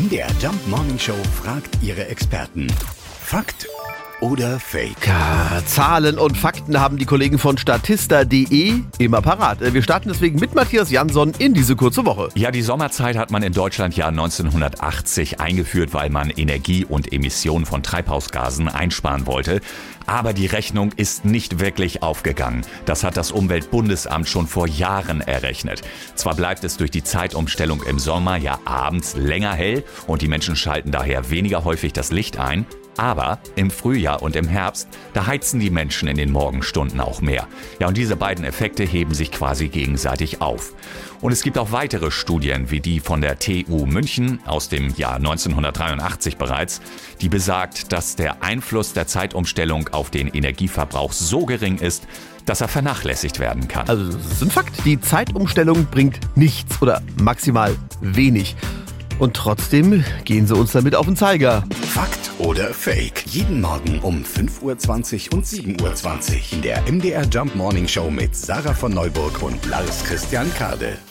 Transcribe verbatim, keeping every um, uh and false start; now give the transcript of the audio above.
M D R Jump Morning Show fragt ihre Experten. Fakt oder Fake? Ja, Zahlen und Fakten haben die Kollegen von statista punkt de immer parat. Wir starten deswegen mit Matthias Jansson in diese kurze Woche. Ja, die Sommerzeit hat man in Deutschland ja neunzehnhundertachtzig eingeführt, weil man Energie und Emissionen von Treibhausgasen einsparen wollte. Aber die Rechnung ist nicht wirklich aufgegangen. Das hat das Umweltbundesamt schon vor Jahren errechnet. Zwar bleibt es durch die Zeitumstellung im Sommer ja abends länger hell und die Menschen schalten daher weniger häufig das Licht ein. Aber im Frühjahr und im Herbst, da heizen die Menschen in den Morgenstunden auch mehr. Ja, und diese beiden Effekte heben sich quasi gegenseitig auf. Und es gibt auch weitere Studien, wie die von der T U München aus dem Jahr neunzehnhundertdreiundachtzig bereits, die besagt, dass der Einfluss der Zeitumstellung auf den Energieverbrauch so gering ist, dass er vernachlässigt werden kann. Also das ist ein Fakt. Die Zeitumstellung bringt nichts oder maximal wenig. Und trotzdem gehen sie uns damit auf den Zeiger. Fakt oder Fake? Jeden Morgen um fünf Uhr zwanzig und sieben Uhr zwanzig in der M D R Jump Morning Show mit Sarah von Neuburg und Lars Christian Kade.